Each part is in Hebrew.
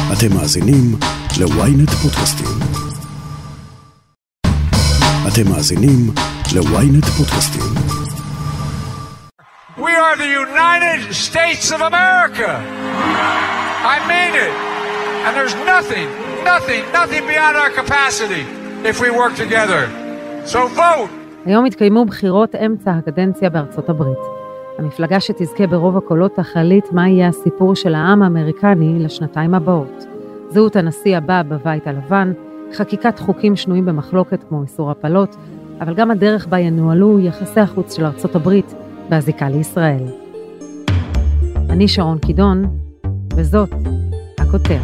אתם מאזינים ל-ynet פודקאסטים. אתם מאזינים ל-ynet פודקאסטים. We are the United States of America. I mean it. And there's nothing beyond our capacity if we work together. So vote. היום התקיימו בחירות אמצע הקדנציה בארצות הברית. המפלגה שתזכה ברוב הקולות תחליט מה יהיה הסיפור של העם האמריקני לשנתיים הבאות. זהות הנשיא הבא בבית הלבן, חקיקת חוקים שנויים במחלוקת כמו איסור הפלות, אבל גם הדרך בה ינוהלו יחסי החוץ של ארצות הברית והזיקה לישראל. אני שרון קידון, וזאת הכותרת.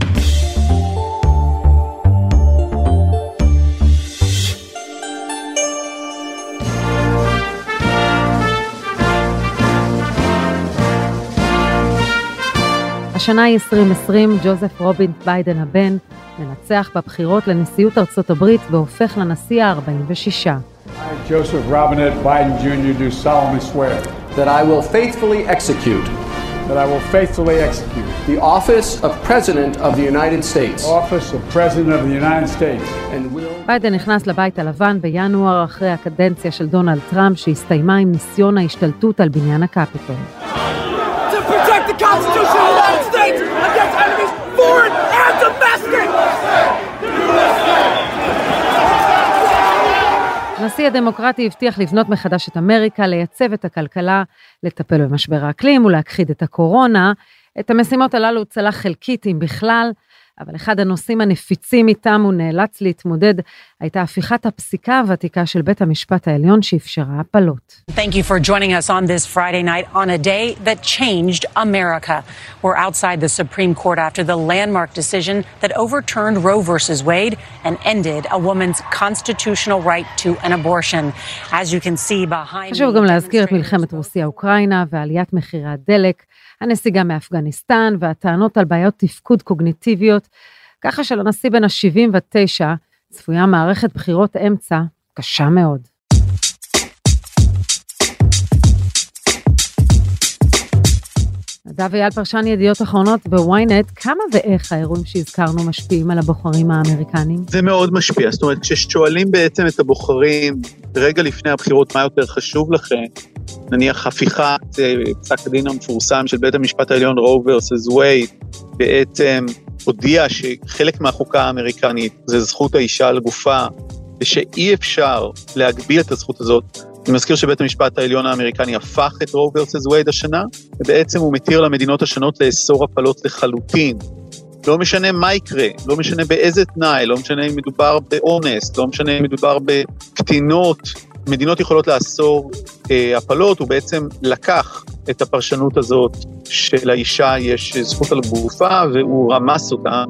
השנה היא 2020, ג'וזף רובינט ביידן הבן מנצח בבחירות לנשיאות ארצות הברית והופך לנשיא ה-46. I, Joseph Robinette Biden Jr. do solemnly swear that I will faithfully execute the office of President of the United States. ביידן נכנס לבית הלבן בינואר אחרי הקדנציה של דונלד טראמפ שהסתיימה עם ניסיון ההשתלטות על בניין הקפיטול. To protect the Constitution of the United States against enemies foreign and domestic. הנשיא הדמוקרטי הבטיח לבנות מחדש את אמריקה, לייצב את הכלכלה, לטפל במשבר האקלים ולהכחיד את הקורונה. את המשימות הללו צלח חלקית אם בכלל, אבל אחד הנושאים הנפיצים איתם הוא נאלץ להתמודד, הייתה הפיכת הפסיקה הוותיקה של בית המשפט העליון שאפשרה הפלות. Thank you for joining us on this Friday night on a day that changed America. We're outside the Supreme Court after the landmark decision that overturned Roe versus Wade and ended a woman's constitutional right to an abortion. As you can see behind me. חשוב גם להזכיר את מלחמת רוסיה-אוקראינה ועליית מחירי הדלק, הנסיגה מאפגניסטן והטענות על בעיות תפקוד קוגניטיביות, ככה שלנשיא בן ה-79 צפויה מערכת בחירות אמצע קשה מאוד. נדב אייל פרשן ידיעות אחרונות בוויינט, כמה ואיך האירועים שהזכרנו משפיעים על הבוחרים האמריקנים? זה מאוד משפיע, זאת אומרת, כששואלים בעצם את הבוחרים רגע לפני הבחירות מה יותר חשוב לכם, נניח הפיכת פסק הדין המפורסם של בית המשפט העליון רו versus וייד, בעצם הודיע שחלק מהחוקה האמריקנית זה זכות האישה על גופה, ושאי אפשר להגביל את הזכות הזאת. אני מזכיר שבית המשפט העליון האמריקני הפך את רו versus וייד השנה, ובעצם הוא מתיר למדינות השונות לאסור הפלות לחלוטין. לא משנה מה יקרה, לא משנה באיזה תנאי, לא משנה אם מדובר באונס, לא משנה אם מדובר בקטינות, מדינות יכולות לאסור הפלות, הוא בעצם לקח את הפרשנות הזאת של האישה יש זכות על גופה, והוא רמס אותה.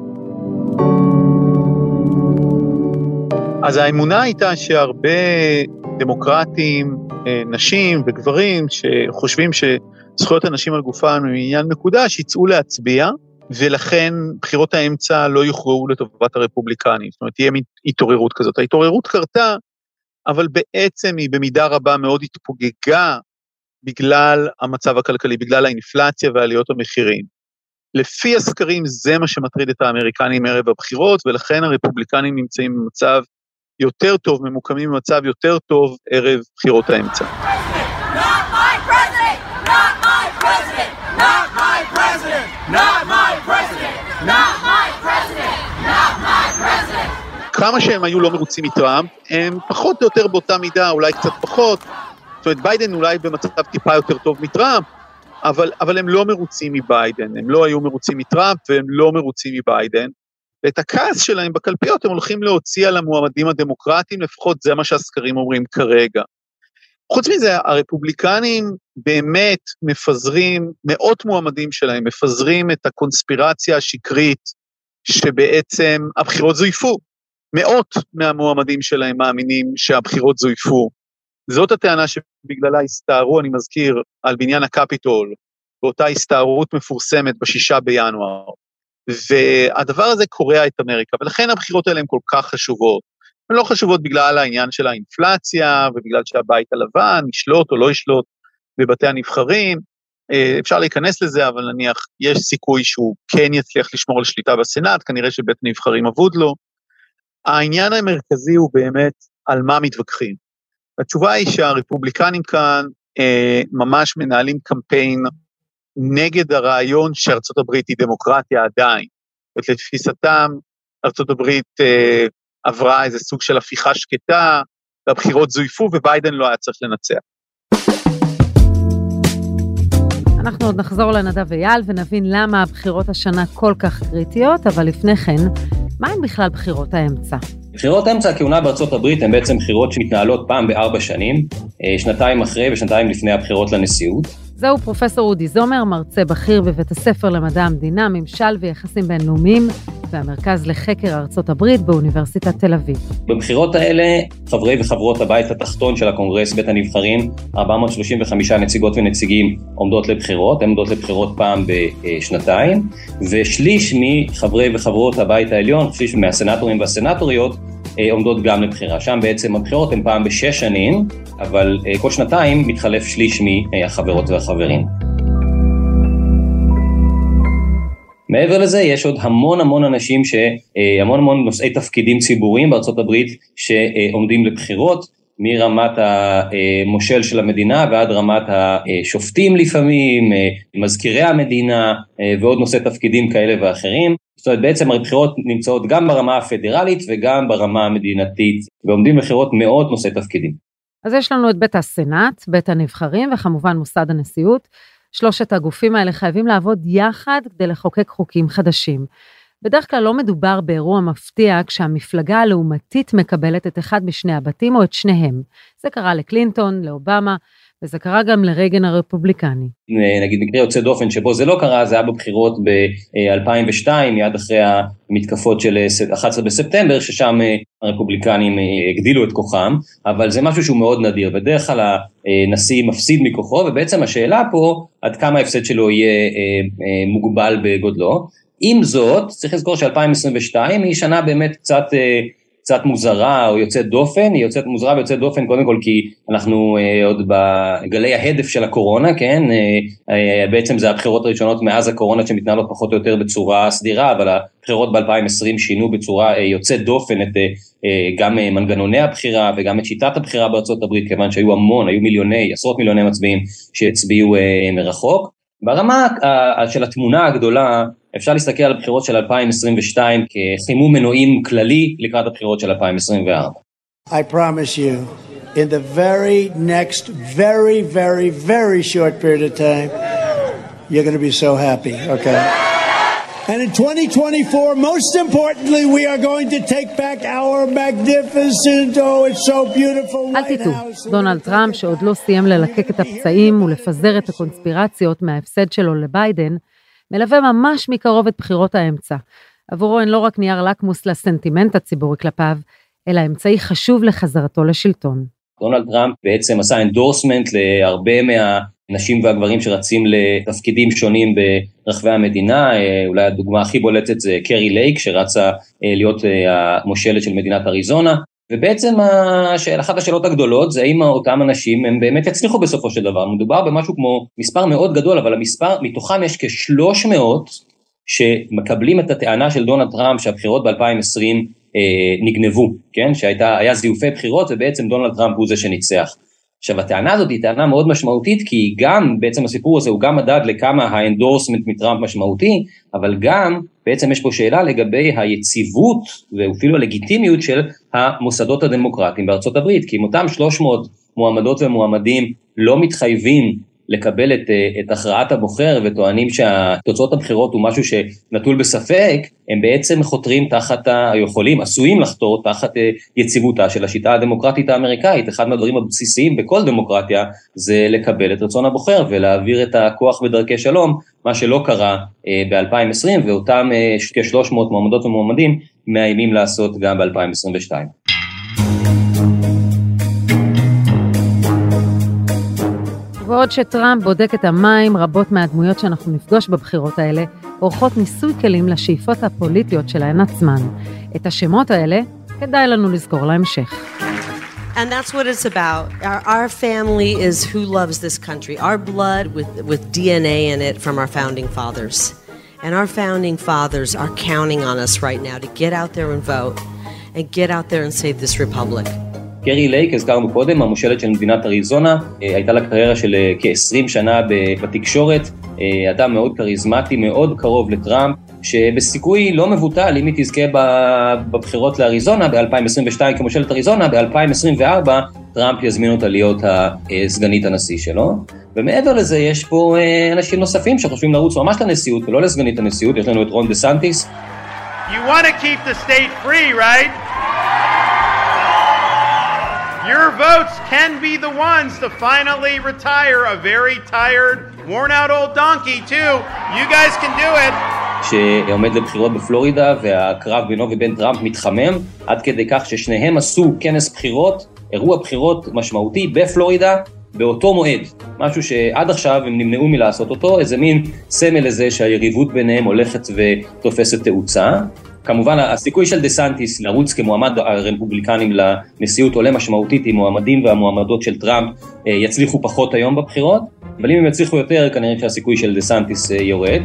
אז האמונה הייתה שהרבה דמוקרטים, נשים וגברים, שחושבים שזכויות הנשים על גופה הם עניין מקודש, יצאו להצביע, ולכן בחירות האמצע לא יוכרעו לטובת הרפובליקנים. זאת אומרת, תהיה התעוררות כזאת. ההתעוררות קרתה, אבל בעצם היא במידה רבה מאוד התפוגגה בגלל המצב הכלכלי, בגלל האינפלציה ועליות המחירים. לפי הסקרים זה מה שמטריד את האמריקנים ערב הבחירות, ולכן הרפובליקנים נמצאים במצב יותר טוב, ממוקמים במצב יותר טוב ערב בחירות האמצע. כמה שהם היו לא מרוצים מטראמפ, הם פחות או יותר באותה מידה, אולי קצת פחות, זאת אומרת, ביידן אולי במצב טיפה יותר טוב מטראמפ, אבל הם לא מרוצים מביידן, הם לא היו מרוצים מטראמפ, והם לא מרוצים מביידן, ואת הכעס שלהם בקלפיות הם הולכים להוציא על המועמדים הדמוקרטיים, לפחות זה מה שהסקרים אומרים כרגע. חוץ מזה, הרפובליקנים באמת מפזרים, מאות מועמדים שלהם, מפזרים את הקונספירציה השקרית, שבעצם הבחירות זויפו. מאות מהמועמדים שלהם מאמינים שהבחירות זויפו. זאת הטענה שבגללה הסתערו, אני מזכיר, על בניין הקפיטול, באותה הסתערות מפורסמת ב6 בינואר. והדבר הזה קורע את אמריקה, ולכן הבחירות האלה הן כל כך חשובות. הן לא חשובות בגלל העניין של האינפלציה, ובגלל שהבית הלבן ישלוט או לא ישלוט בבתי הנבחרים, אפשר להיכנס לזה, אבל נניח, יש סיכוי שהוא כן יצליח לשמור על שליטה בסנאט, כנראה שבית נבחרים אבוד לו. העניין המרכזי הוא באמת על מה מתווכחים. התשובה היא שהרפובליקנים כאן ממש מנהלים קמפיין נגד הרעיון שארצות הברית היא דמוקרטיה עדיין. לתפיסתם, ארצות הברית עברה איזה סוג של הפיכה שקטה, והבחירות זויפו וביידן לא היה צריך לנצח. אנחנו עוד נחזור לנדב ויאל ונבין למה הבחירות השנה כל כך קריטיות, אבל לפני כן, מה הן בכלל בחירות האמצע? בחירות אמצע הכהונה בארצות הברית הן בעצם בחירות שמתנהלות פעם ב4 שנים, שנתיים אחרי ושנתיים לפני הבחירות לנשיאות. זהו פרופסור אודי זומר, מרצה בכיר בבית הספר למדע המדינה, ממשל ויחסים בינלאומיים, והמרכז לחקר ארצות הברית באוניברסיטת תל אביב. בבחירות האלה, חברי וחברות הבית התחתון של הקונגרס, בית הנבחרים, 435 נציגות ונציגים עומדות לבחירות, הן עומדות לבחירות פעם בשנתיים, ושליש מחברי וחברות הבית העליון, שליש מהסנטורים והסנטוריות, עומדות גם לבחירה. שם בעצם הבחירות הן פעם ב6 שנים, אבל כל שנתיים מתחלף שליש מהחברות והחברים. מעבר לזה, יש עוד המון אנשים, המון נושאי תפקידים ציבוריים בארצות הברית שעומדים לבחירות, מרמת המושל של המדינה ועד רמת השופטים לפעמים, מזכירי המדינה ועוד נושאי תפקידים כאלה ואחרים. זאת אומרת, בעצם הבחירות נמצאות גם ברמה הפדרלית וגם ברמה המדינתית, ועומדים לבחירות מאות נושאי תפקידים. אז יש לנו את בית הסנאט, בית הנבחרים וכמובן מוסד הנשיאות. שלושת הגופים האלה חייבים לעבוד יחד כדי לחוקק חוקים חדשים. בדרך כלל לא מדובר באירוע מפתיע כשהמפלגה הלאומתית מקבלת את אחד משני הבתים או את שניהם. זה קרה לקלינטון, לאובמה, וזה קרה גם לרייגן הרפובליקני. נגיד מקרה יוצא דופן שבו זה לא קרה, זה היה בבחירות ב-2002, מיד אחרי המתקפות של 11 בספטמבר, ששם הרפובליקנים הגדילו את כוחם, אבל זה משהו שהוא מאוד נדיר, בדרך כלל הנשיא מפסיד מכוחו, ובעצם השאלה פה, עד כמה ההפסד שלו יהיה מוגבל בגודלו. עם זאת, צריך לזכור ש-2022 היא שנה באמת קצת מוזרה או יוצאת דופן, היא יוצאת מוזרה ויוצאת דופן קודם כל כי אנחנו עוד בגלי ההדף של הקורונה, כן? בעצם זה הבחירות הראשונות מאז הקורונה שמתנהלות פחות או יותר בצורה סדירה, אבל הבחירות ב-2020 שינו בצורה יוצאת דופן את גם מנגנוני הבחירה וגם את שיטת הבחירה בארצות הברית, כיוון שהיו היו עשרות מיליוני מצביעים שהצביעו מרחוק. ברמה של התמונה הגדולה, אפשר להסתכל על הבחירות של 2022 כחימום מנועים כללי לקראת הבחירות של 2024. I promise you, in the very next, very, very, very short period of time, you're going to be so happy, okay? And in 2024, most importantly, we are going to take back our magnificent, oh, it's so beautiful White House. דונלד טראמפ, שעוד לא סיים ללקק את הפצעים ולפזר את הקונספירציות מההפסד שלו לביידן, מלווה ממש מקרוב את בחירות האמצע. עבורו אין לא רק נייר לקמוס לסנטימנט הציבורי כלפיו, אלא אמצעי חשוב לחזרתו לשלטון. דונלד טראמפ בעצם עשה אנדורסמנט להרבה מהנשים והגברים שרצים לתפקידים שונים ברחבי המדינה. אולי הדוגמה הכי בולטת זה קרי לייק, שרצה להיות המושלת של מדינת אריזונה. ובעצם אחת השאלות הגדולות זה האם אותם אנשים הם באמת יצליחו בסופו של דבר. מדובר במשהו כמו מספר מאוד גדול, אבל מתוכם יש כ-300 שמקבלים את הטענה של דונלד טראמפ שהבחירות ב-2020 נגנבו, כן? שהיה זיופי בחירות ובעצם דונלד טראמפ הוא זה שניצח. עכשיו הטענה הזאת היא טענה מאוד משמעותית, כי גם בעצם הסיפור הזה הוא גם מדד לכמה האנדורסמנט מטראמפ משמעותי, אבל גם בעצם יש פה שאלה לגבי היציבות ואפילו הלגיטימיות של המוסדות הדמוקרטיים בארצות הברית, כי אם אותם 300 מועמדות ומועמדים לא מתחייבים לקבל את הכרעת הבוחר וטוענים שהתוצאות הבחירות הוא משהו שנטול בספק, הם בעצם חותרים עשויים לחתור תחת יציבותה של השיטה הדמוקרטית האמריקאית. אחד מהדברים הבסיסיים בכל דמוקרטיה זה לקבל את רצון הבוחר ולהעביר את הכוח בדרכי שלום, מה שלא קרה ב-2020, ואותם כ-300 מועמדות ומועמדים מאיימים לעשות גם ב-2022. ועוד שטראמפ בודק את המים, רבות מהדמויות שאנחנו נפגוש בבחירות האלה, עורכות ניסוי כלים לשאיפות הפוליטיות שלהן עצמן. את השמות האלה כדאי לנו לזכור להמשך. And that's what it's about. Our family is who loves this country. Our blood with DNA in it from our founding fathers. And our founding fathers are counting on us right now to get out there and vote and get out there and save this republic. קרי לייק, הזכרנו קודם, המושלת של מדינת אריזונה, הייתה לה קריירה של כ-20 שנה בתקשורת, אדם מאוד קריזמטי, מאוד קרוב לטראמפ, שבסיכוי לא מבוטל אם היא תזכה בבחירות לאריזונה ב-2022 כמושלת אריזונה, ב-2024 טראמפ יזמין אותה להיות סגנית הנשיא שלו. ומעבר לזה יש פה אנשים נוספים שחושבים לרוץ ממש לנשיאות ולא לסגנית הנשיאות, יש לנו את רון דה סנטיס. You want to keep the state free, right? Your votes can be the ones to finally retire a very tired, worn-out old donkey, too. You guys can do it. שעומד לבחירות בפלורידה, והקרב בינו ובין טראמפ מתחמם, עד כדי כך ששניהם עשו כנס בחירות, אירוע בחירות משמעותי בפלורידה, באותו מועד. משהו שעד עכשיו הם נמנעו מלעשות אותו, איזה מין סמל לזה שהיריבות ביניהם הולכת ותופסת תאוצה. כמובן, הסיכוי של דה סנטיס לרוץ כמועמד הרפובליקנים לנשיאות עולה משמעותית, עם מועמדים והמועמדות של טראמפ יצליחו פחות היום בבחירות, אבל אם הם יצליחו יותר, כנראה שהסיכוי של דה סנטיס יורד.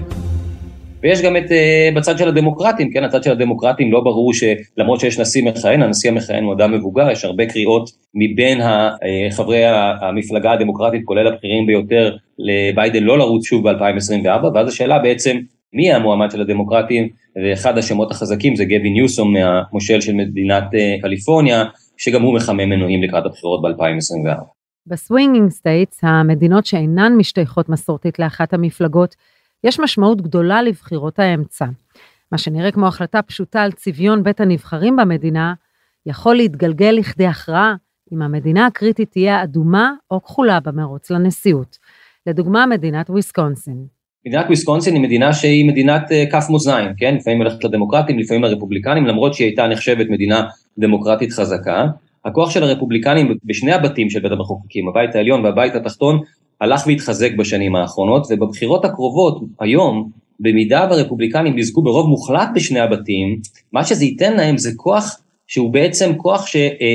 ויש גם את בצד של הדמוקרטים, כן, הצד של הדמוקרטים לא ברור שלמרות שיש נשיא מכהן, הנשיא המכהן הוא אדם מבוגר, יש הרבה קריאות מבין חברי המפלגה הדמוקרטית, כולל הבכירים ביותר, לביידן לא לרוץ שוב ב-2024, ואז השאלה בעצם מי המועמד של הדמוקרטים, ואחד השמות החזקים זה גבי ניוסום מהמושל של מדינת קליפורניה, שגם הוא מחמם מנועים לקראת הבחירות ב-2024. בסווינגינג סטייטס, המדינות שאינן משתייכות מסורתית לאחת המפלגות, יש משמעות גדולה לבחירות האמצע. מה שנראה כמו החלטה פשוטה על צביון בית הנבחרים במדינה, יכול להתגלגל לכדי הכרעה אם המדינה הקריטית תהיה אדומה או כחולה במרוץ לנשיאות. לדוגמה, מדינת וויסקונסין. מדינת וויסקונסין היא מדינה שהיא מדינת כף מאזניים, כן? לפעמים הולכת לדמוקרטים, לפעמים לרפובליקנים, למרות שהיא הייתה נחשבת מדינה דמוקרטית חזקה. הכוח של הרפובליקנים בשני הבתים של בית המחוקקים, הבית העליון והבית התחתון, הלך והתחזק בשנים האחרונות, ובבחירות הקרובות היום, במידה והרפובליקנים יזכו ברוב מוחלט בשני הבתים, מה שזה ייתן להם זה כוח שהוא בעצם כוח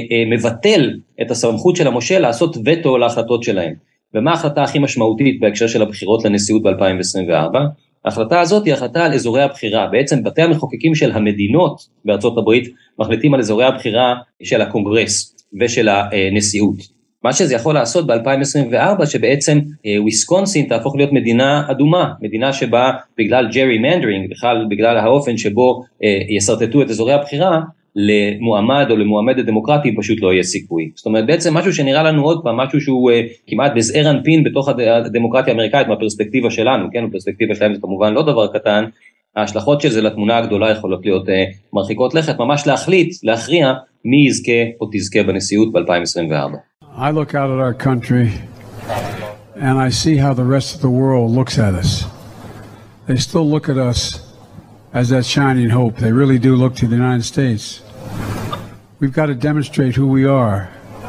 שמבטל את הסמכות של המושל לעשות וטו להחלטות שלהם. ומה ההחלטה הכי משמעותית בהקשר של הבחירות לנשיאות ב-2024? ההחלטה הזאת היא החלטה על אזורי הבחירה. בעצם בתי המחוקקים של המדינות בארצות הברית מחליטים על אזורי הבחירה של הקונגרס ושל הנשיאות. מה שזה יכול לעשות ב-2024, שבעצם וויסקונסין תהפוך להיות מדינה אדומה, מדינה שבה בגלל ג'רי מנדרינג, בכלל בגלל האופן שבו יסרטטו את אזורי הבחירה, למועמד או למועמדת דמוקרטי פשוט לא יהיה סיכוי. זאת אומרת, בעצם משהו שנראה לנו עוד פעם, משהו שהוא כמעט בזעיר אנפין בתוך הדמוקרטיה האמריקאית, מהפרספקטיבה שלנו, כן, הפרספקטיבה שלהם זה כמובן לא דבר קטן, ההשלכות של זה לתמונה הגדולה יכולות להיות מרחיקות לכת, ממש להכריע מי יזכה או תזכה בנשיאות ב-2024. I look out at our country and I see how the rest of the world looks at us. They still look at us as that shining hope. They really do look to the United States. We've got to demonstrate who we are.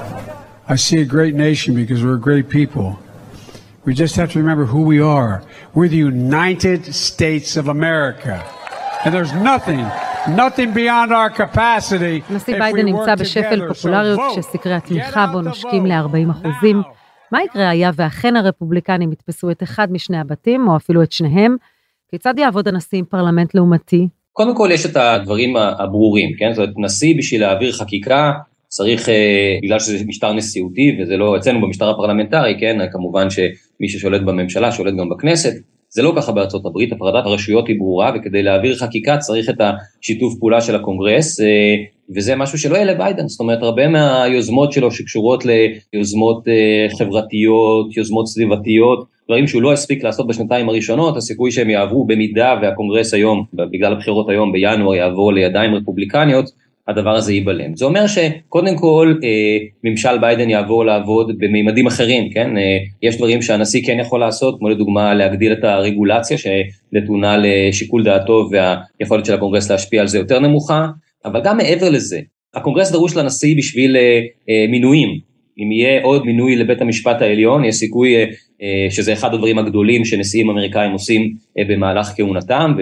I see a great nation because we're a great people. We just have to remember who we are. We're the United States of America. And there's nothing beyond our capacity. נשיא ביידן נמצא בשפל פופולריות כשסקרי התמיכה בו נושקים ל-40%. מה יקרה היה ואכן הרפובליקנים יתפסו את אחד משני הבתים, או אפילו את שניהם? כיצד יעבוד הנשיא עם פרלמנט לעומתי? קודם כל יש את הדברים הברורים, כן? זאת אומרת, נשיא בשביל להעביר חקיקה, צריך, בגלל שזה משטר נשיאותי, וזה לא אצלנו במשטר הפרלמנטרי, כן? כמובן שמי ששולט בממשלה, שולט גם בכנסת, זה לא ככה בארצות הברית, הפרדת הרשויות היא ברורה, וכדי להעביר חקיקה צריך את השיתוף פעולה של הקונגרס, וזה משהו שלא יהיה לביידן, זאת אומרת, הרבה מהיוזמות שלו שקשורות ליוזמות חברתיות, יוזמות סביבתיות, דברים שהוא לא הספיק לעשות בשנתיים הראשונות, הסיכוי שהם יעברו במידה והקונגרס היום, בגלל הבחירות היום בינואר יעבור לידיים רפובליקניות, הדבר הזה ייבלם. זה אומר שקודם כל ממשל ביידן יעבור לעבוד בממדים אחרים, כן? יש דברים שהנשיא כן יכול לעשות, כמו לדוגמה להגדיל את הרגולציה שנתונה לשיקול דעתו והיכולת של הקונגרס להשפיע על זה יותר נמוכה, אבל גם מעבר לזה, הקונגרס דרוש לנשיא בשביל מינויים. אם יהיה עוד מינוי לבית המשפט העליון, יש סיכוי שזה אחד הדברים הגדולים שנשיאים אמריקאים עושים במהלך כהונתם,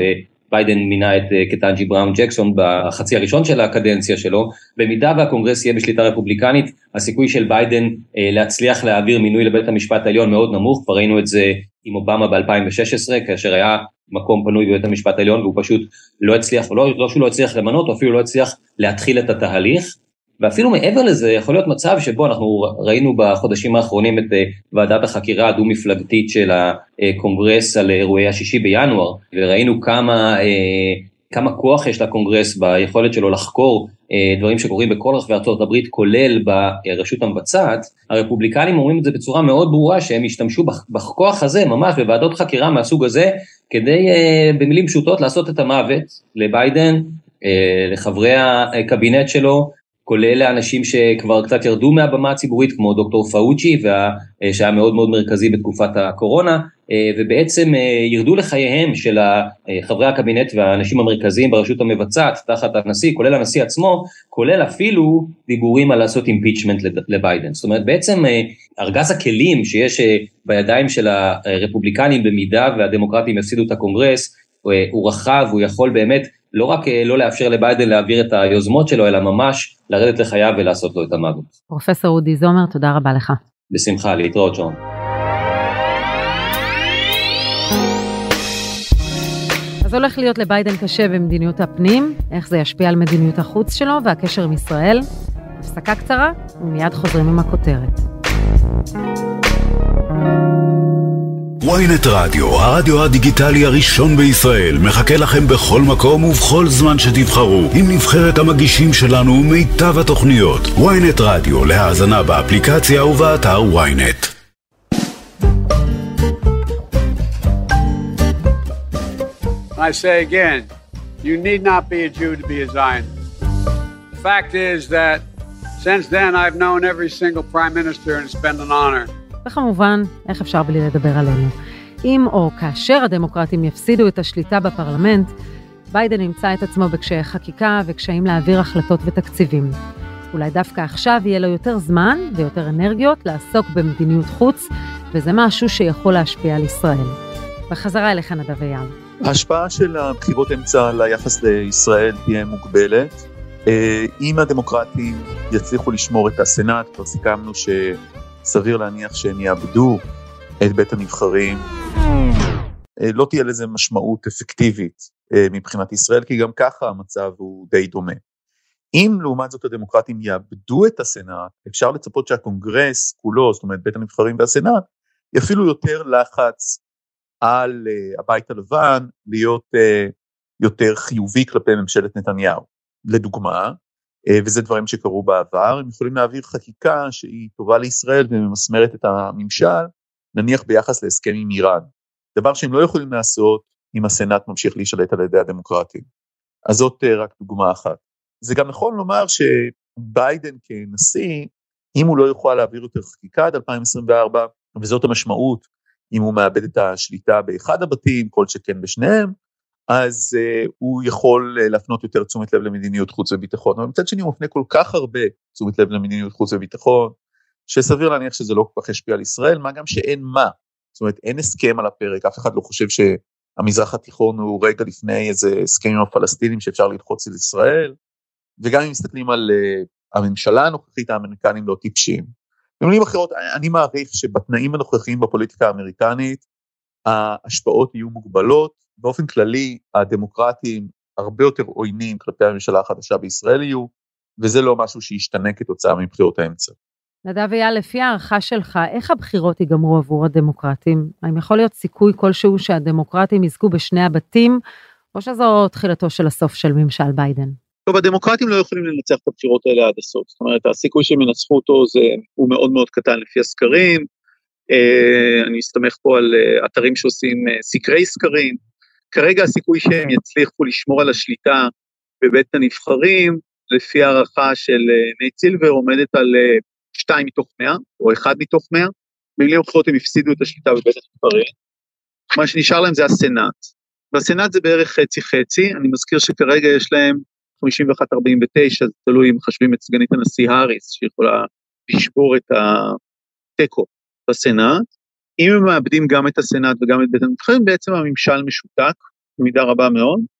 ביידן מינה את קטנג'י בראון ג'קסון בחצי הראשון של הקדנציה שלו, במידה והקונגרס יהיה בשליטה רפובליקנית, הסיכוי של ביידן להצליח להעביר מינוי לבית המשפט העליון מאוד נמוך, כבר ראינו את זה עם אובמה ב-2016, כאשר היה מקום פנוי בבית המשפט העליון, והוא פשוט לא הצליח, לא שהוא לא הצליח למנות, או אפילו לא הצליח להתחיל את התהליך, ואפילו מעבר לזה יכול להיות מצב שבו אנחנו ראינו בחודשים האחרונים את ועדת החקירה הדו-מפלגתית של הקונגרס על אירועי ה6 בינואר, וראינו כמה כוח יש לקונגרס ביכולת שלו לחקור דברים שקורים בכל רחבי ארצות הברית, כולל ברשות המבצעת. הרפובליקנים אומרים את זה בצורה מאוד ברורה, שהם השתמשו בכוח הזה, ממש בוועדות חקירה מהסוג הזה, כדי במילים פשוטות לעשות את המוות לביידן, לחברי הקבינט שלו, כולל לאנשים שכבר קצת ירדו מהבמה הציבורית, כמו דוקטור פאוצ'י, שהיה מאוד מאוד מרכזי בתקופת הקורונה, ובעצם ירדו לחייהם של חברי הקבינט והאנשים המרכזיים ברשות המבצעת, תחת הנשיא, כולל הנשיא עצמו, כולל אפילו דיבורים על לעשות אימפיצ'מנט לביידן. זאת אומרת, בעצם ארגז הכלים שיש בידיים של הרפובליקנים, במידה והדמוקרטים יפסידו את הקונגרס, הוא רחב, הוא יכול באמת לא רק לא לאפשר לביידן להעביר את היוזמות שלו, אלא ממש לרדת לחייו ולעשות לו את המוות. פרופסור אודי זומר, תודה רבה לך. בשמחה, להתראות שון. אז הולך להיות לביידן קשה במדיניות הפנים, איך זה ישפיע על מדיניות החוץ שלו והקשר עם ישראל. הפסקה קצרה, ומיד חוזרים עם הכותרת. ynet רדיו, הרדיו הדיגיטלי הראשון בישראל, מחכה לכם בכל מקום ובכל זמן שתבחרו, עם נבחרת המגישים שלנו ומיטב התוכניות. ynet רדיו, להאזנה באפליקציה ובאתר ynet. I say again, you need not be a Jew to be a Zionist. The fact is that since then I've known every single prime minister and it's been an honor. וכמובן, איך אפשר בלי לדבר עלינו? אם או כאשר הדמוקרטים יפסידו את השליטה בפרלמנט, ביידן ימצא את עצמו בקשיי חקיקה וקשיים להעביר החלטות ותקציבים. אולי דווקא עכשיו יהיה לו יותר זמן ויותר אנרגיות לעסוק במדיניות חוץ, וזה משהו שיכול להשפיע על ישראל. בחזרה אליך נדב אייל. ההשפעה של הבחירות אמצע ליחס לישראל תהיה מוגבלת. אם הדמוקרטים יצליחו לשמור את הסנאט, כבר סיכמנו סביר להניח שהם יאבדו את בית הנבחרים, לא תהיה לזה משמעות אפקטיבית מבחינת ישראל, כי גם ככה המצב הוא די דומה. אם לעומת זאת הדמוקרטים יאבדו את הסנאט, אפשר לצפות שהקונגרס כולו, זאת אומרת בית הנבחרים והסנאט, יפעילו יותר לחץ על הבית הלבן, להיות יותר חיובי כלפי ממשלת נתניהו. לדוגמה, וזה דברים שקרו בעבר, הם יכולים להעביר חקיקה שהיא טובה לישראל וממסמרת את הממשל, נניח ביחס להסכם עם איראן. דבר שהם לא יכולים לעשות אם הסנאט ממשיך להישלט על ידי הדמוקרטים. אז זאת רק דוגמה אחת. זה גם נכון לומר שביידן כנשיא, אם הוא לא יוכל להעביר יותר חקיקה עד 2024, וזאת המשמעות, אם הוא מאבד את השליטה באחד הבתים, כל שכן בשניהם, אז הוא יכול להפנות יותר תשומת לב למדיניות חוץ וביטחון, אבל מצד שני הוא מפנה כל כך הרבה תשומת לב למדיניות חוץ וביטחון, שסביר להניח שזה לא כל כך ישפיע על ישראל, מה גם שאין מה, זאת אומרת אין הסכם על הפרק, אף אחד לא חושב שהמזרח התיכון הוא רגע לפני איזה הסכם עם הפלסטינים שאפשר ללחוץ על ישראל, וגם אם מסתכלים על הממשלה הנוכחית, האמריקנים לא טיפשים. במילים אחרות, אני מעריך שבתנאים הנוכחיים בפוליטיקה האמריקנית, ההשפעות יהיו מוגבלות, באופן כללי הדמוקרטים הרבה יותר עוינים כלפי הממשלה החדשה בישראל יהיו, וזה לא משהו שישתנה כתוצאה מבחירות האמצע. נדב אייל, לפי הערכה שלך, איך הבחירות ייגמרו עבור הדמוקרטים? האם יכול להיות סיכוי כלשהו שהדמוקרטים יזכו בשני הבתים, או שזו תחילתו של הסוף של ממשל ביידן? טוב, הדמוקרטים לא יכולים לנצח את הבחירות האלה עד הסוף, זאת אומרת, הסיכוי שהם ינצחו אותו הוא מאוד מאוד קטן לפי הסקרים, אני מסתמך פה על אתרים שעושים סקרי סקרים, כרגע הסיכוי שהם יצליחו לשמור על השליטה בבית הנבחרים, לפי הערכה של נייט סילבר, עומדת על 2 מתוך 100, או 1 מתוך 100, במילים אחרות הם הפסידו את השליטה בבית הנבחרים, מה שנשאר להם זה הסנאט, והסנאט זה בערך חצי-חצי, אני מזכיר שכרגע יש להם 51-49, זה תלוי אם חשבים את סגנית הנשיא האריס, שיכולה לשבור את הטקו בסנאט, אם הם מאבדים גם את הסנאט וגם את בית הנבחרים, בעצם הממשל משותק, במידה רבה מאוד,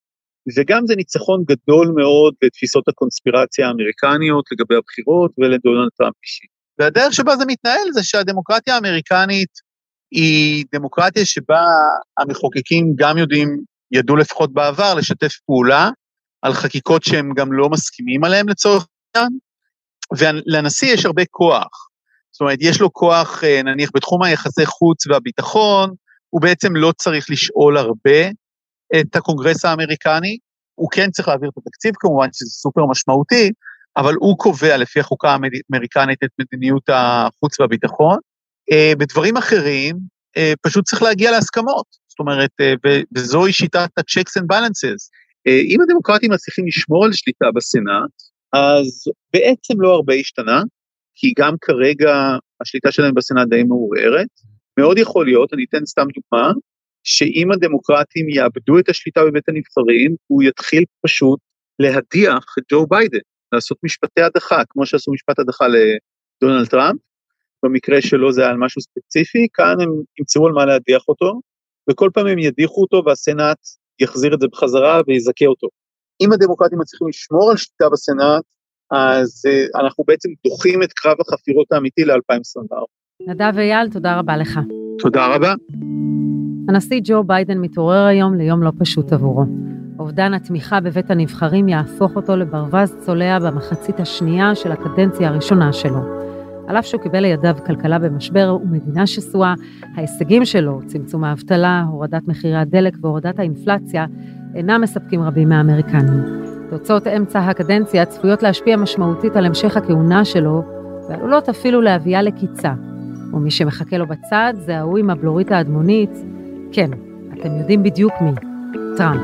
וגם זה ניצחון גדול מאוד לתפיסות הקונספירציה האמריקניות לגבי הבחירות ולדונלד טראמפ אישי. והדרך שבה זה מתנהל זה שהדמוקרטיה האמריקנית היא דמוקרטיה שבה המחוקקים גם ידעו לפחות בעבר לשתף פעולה על חקיקות שהם גם לא מסכימים עליהם לצורך העניין, ולנשיא יש הרבה כוח, זאת אומרת יש לו כוח נניח בתחום היחסי חוץ והביטחון, הוא בעצם לא צריך לשאול הרבה את הקונגרס האמריקני, הוא כן צריך להעביר את התקציב כמובן שזה סופר משמעותי, אבל הוא קובע לפי החוקה האמריקנית את מדיניות החוץ והביטחון, בדברים אחרים פשוט צריך להגיע להסכמות, זאת אומרת, וזוהי שיטת ה-checks and balances, אם הדמוקרטים מצליחים לשמור על שליטה בסנאט, אז בעצם לא הרבה השתנה, כי גם כרגע השליטה שלהם בסנאט די מעורערת, מאוד יכול להיות, אני אתן סתם דוגמה, שאם הדמוקרטים יאבדו את השליטה בבית הנבחרים, הוא יתחיל פשוט להדיח את ג'ו ביידן, לעשות משפטי הדחה, כמו שעשו משפט הדחה לדונלד טראמפ, במקרה שלו זה היה על משהו ספציפי, כאן הם ימצאו על מה להדיח אותו, וכל פעם הם ידיחו אותו, והסנאט יחזיר את זה בחזרה ויזכה אותו. אם הדמוקרטים מצליחים לשמור על שליטה בסנאט, אז אנחנו בעצם דוחים את קרב החפירות האמיתי ל-2024. נדב אייל, תודה רבה לך. תודה רבה. הנשיא ג'ו ביידן מתעורר היום ליום לא פשוט עבורו. אובדן התמיכה בבית הנבחרים יהפוך אותו לברווז צולע במחצית השנייה של הקדנציה הראשונה שלו. על אף שהוא קיבל לידיו כלכלה במשבר ומדינה שסועה, ההישגים שלו, צמצום האבטלה, הורדת מחירי הדלק והורדת האינפלציה, אינם מספקים רבים מהאמריקנים. תוצאות אמצע הקדנציה צפויות להשפיע משמעותית על המשך הכהונה שלו, ועלולות אפילו להביאה לקיצה. ומי שמחכה לו בצד זה ההוא עם הבלורית האדמונית, כן, אתם יודעים בדיוק מי, טראמפ.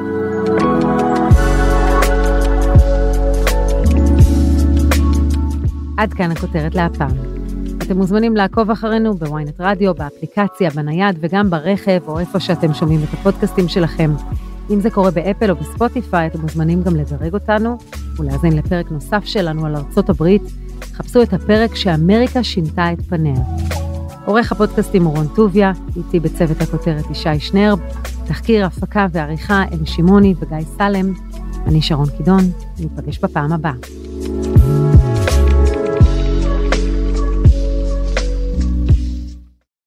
עד כאן הכותרת להפעם. אתם מוזמנים לעקוב אחרינו בוויינט רדיו, באפליקציה, בנייד וגם ברכב או איפה שאתם שומעים את הפודקאסטים שלכם. אם זה קורה באפל או בספוטיפיי, אתם מוזמנים גם לדרג אותנו ולהאזין לפרק נוסף שלנו על ארצות הברית. חפשו את הפרק שאמריקה שינתה את פניה. עורך הפודקאסטים אורון טוביה, איתי בצוות הכותרת ישי שנרב, תחקיר, הפקה ועריכה אלי שמעוני וגיא סלם. אני שרון קידון, ניפגש בפעם הבאה.